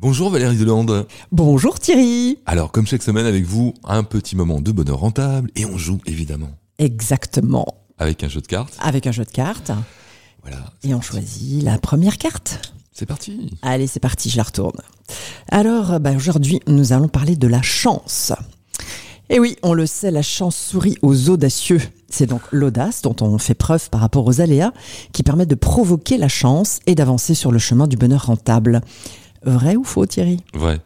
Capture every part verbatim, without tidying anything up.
Bonjour Valérie Delande. Bonjour Thierry. Alors, comme chaque semaine avec vous, un petit moment de bonheur rentable et on joue évidemment. Exactement. Avec un jeu de cartes. Avec un jeu de cartes. Voilà. Et on choisit la première carte. C'est parti. Allez, c'est parti, je la retourne. Alors, bah, aujourd'hui, nous allons parler de la chance. Et oui, on le sait, la chance sourit aux audacieux. C'est donc l'audace dont on fait preuve par rapport aux aléas qui permet de provoquer la chance et d'avancer sur le chemin du bonheur rentable. Vrai ou faux, Thierry ? Vrai.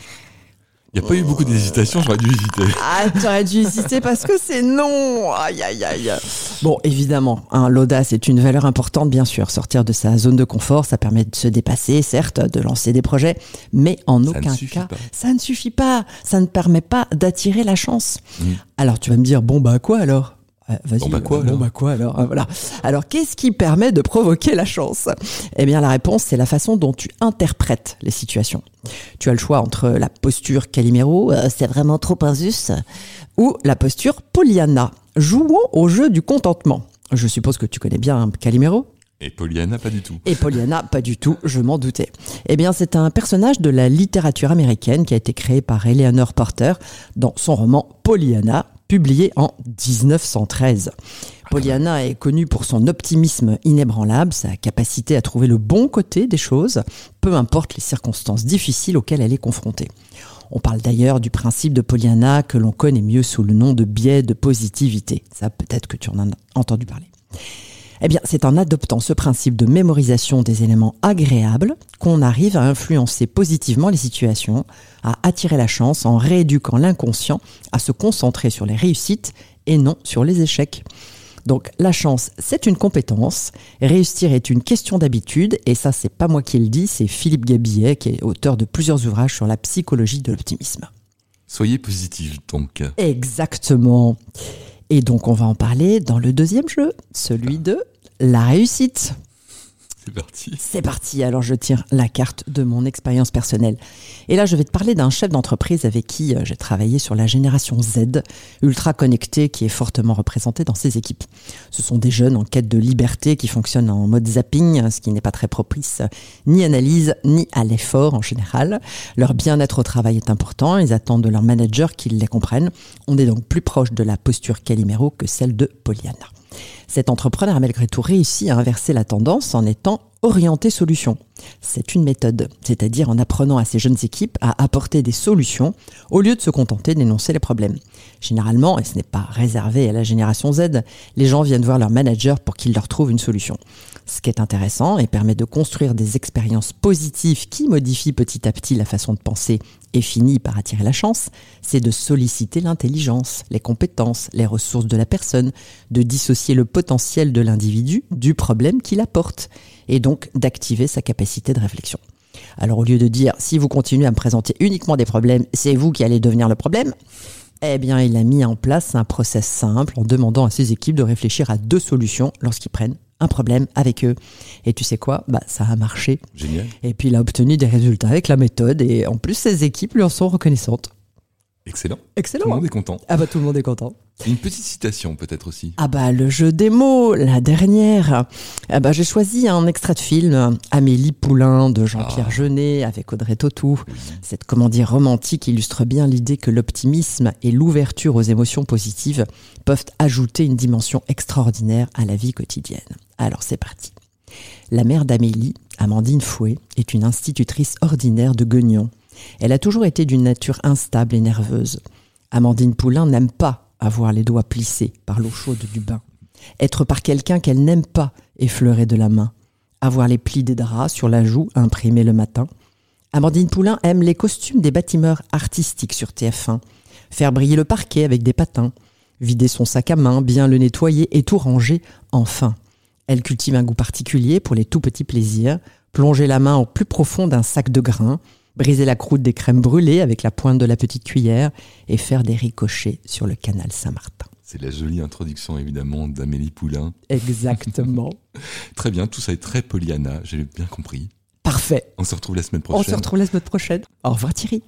Il n'y a pas eu beaucoup d'hésitation, j'aurais dû hésiter. Ah, tu aurais dû hésiter parce que c'est non. Aïe, aïe, aïe. Bon, évidemment, hein, l'audace est une valeur importante, bien sûr. Sortir de sa zone de confort, ça permet de se dépasser, certes, de lancer des projets, mais en Ça aucun ne suffit cas, pas. ça ne suffit pas. Ça ne permet pas d'attirer la chance. Mmh. Alors, tu vas me dire, bon, bah, quoi alors ? Euh, vas-y, Bon bah quoi, euh, alors bon bah quoi alors, euh, voilà. Alors qu'est-ce qui permet de provoquer la chance ? Eh bien la réponse, c'est la façon dont tu interprètes les situations. Tu as le choix entre la posture Calimero, euh, c'est vraiment trop injuste, ou la posture Pollyanna. Jouons au jeu du contentement. Je suppose que tu connais bien hein, Calimero ? Et Pollyanna, pas du tout. Et Pollyanna, pas du tout, je m'en doutais. Eh bien, c'est un personnage de la littérature américaine qui a été créé par Eleanor Porter dans son roman Pollyanna, publié en dix-neuf cent treize. Pollyanna est connue pour son optimisme inébranlable, sa capacité à trouver le bon côté des choses, peu importe les circonstances difficiles auxquelles elle est confrontée. On parle d'ailleurs du principe de Pollyanna que l'on connaît mieux sous le nom de biais de positivité. Ça, peut-être que tu en as entendu parler. Eh bien, c'est en adoptant ce principe de mémorisation des éléments agréables qu'on arrive à influencer positivement les situations, à attirer la chance en rééduquant l'inconscient à se concentrer sur les réussites et non sur les échecs. Donc, la chance, c'est une compétence. Réussir est une question d'habitude. Et ça, c'est pas moi qui le dis, c'est Philippe Gabillet, qui est auteur de plusieurs ouvrages sur la psychologie de l'optimisme. Soyez positif donc. Exactement. Et donc, on va en parler dans le deuxième jeu, celui de la réussite. C'est parti. C'est parti, alors je tire la carte de mon expérience personnelle. Et là, je vais te parler d'un chef d'entreprise avec qui j'ai travaillé sur la génération Z, ultra connectée, qui est fortement représentée dans ses équipes. Ce sont des jeunes en quête de liberté qui fonctionnent en mode zapping, ce qui n'est pas très propice ni à l'analyse ni à l'effort en général. Leur bien-être au travail est important, ils attendent de leurs managers qu'ils les comprennent. On est donc plus proche de la posture Calimero que celle de Pollyanna. Cet entrepreneur a malgré tout réussi à inverser la tendance en étant orienté solution. C'est une méthode, c'est-à-dire en apprenant à ses jeunes équipes à apporter des solutions au lieu de se contenter d'énoncer les problèmes. Généralement, et ce n'est pas réservé à la génération Z, les gens viennent voir leur manager pour qu'il leur trouve une solution. Ce qui est intéressant et permet de construire des expériences positives qui modifient petit à petit la façon de penser et finit par attirer la chance, c'est de solliciter l'intelligence, les compétences, les ressources de la personne, de dissocier le potentiel de l'individu du problème qu'il apporte et donc d'activer sa capacité de réflexion. Alors au lieu de dire « si vous continuez à me présenter uniquement des problèmes, c'est vous qui allez devenir le problème », eh bien il a mis en place un process simple en demandant à ses équipes de réfléchir à deux solutions lorsqu'ils prennent un problème avec eux. Et tu sais quoi ? Bah, ça a marché. Génial. Et puis il a obtenu des résultats avec la méthode et en plus ses équipes lui en sont reconnaissantes. Excellent. Excellent. Tout le monde est content. Ah bah tout le monde est content. Une petite citation peut-être aussi. Ah bah le jeu des mots, la dernière. Ah bah j'ai choisi un extrait de film, Amélie Poulain de Jean-Pierre Ah. Jeunet avec Audrey Tautou. Oui. Cette comédie romantique illustre bien l'idée que l'optimisme et l'ouverture aux émotions positives peuvent ajouter une dimension extraordinaire à la vie quotidienne. Alors c'est parti. La mère d'Amélie, Amandine Fouet, est une institutrice ordinaire de Guignon. Elle a toujours été d'une nature instable et nerveuse. Amandine Poulain n'aime pas avoir les doigts plissés par l'eau chaude du bain. Être par quelqu'un qu'elle n'aime pas effleurer de la main. Avoir les plis des draps sur la joue imprimés le matin. Amandine Poulain aime les costumes des bâtimeurs artistiques sur T F un. Faire briller le parquet avec des patins. Vider son sac à main, bien le nettoyer et tout ranger enfin. Elle cultive un goût particulier pour les tout petits plaisirs. Plonger la main au plus profond d'un sac de grains. Briser la croûte des crèmes brûlées avec la pointe de la petite cuillère et faire des ricochets sur le canal Saint-Martin. C'est la jolie introduction évidemment d'Amélie Poulain. Exactement. Très bien, tout ça est très Pollyanna, j'ai bien compris. Parfait. On se retrouve la semaine prochaine. On se retrouve la semaine prochaine. Au revoir Thierry.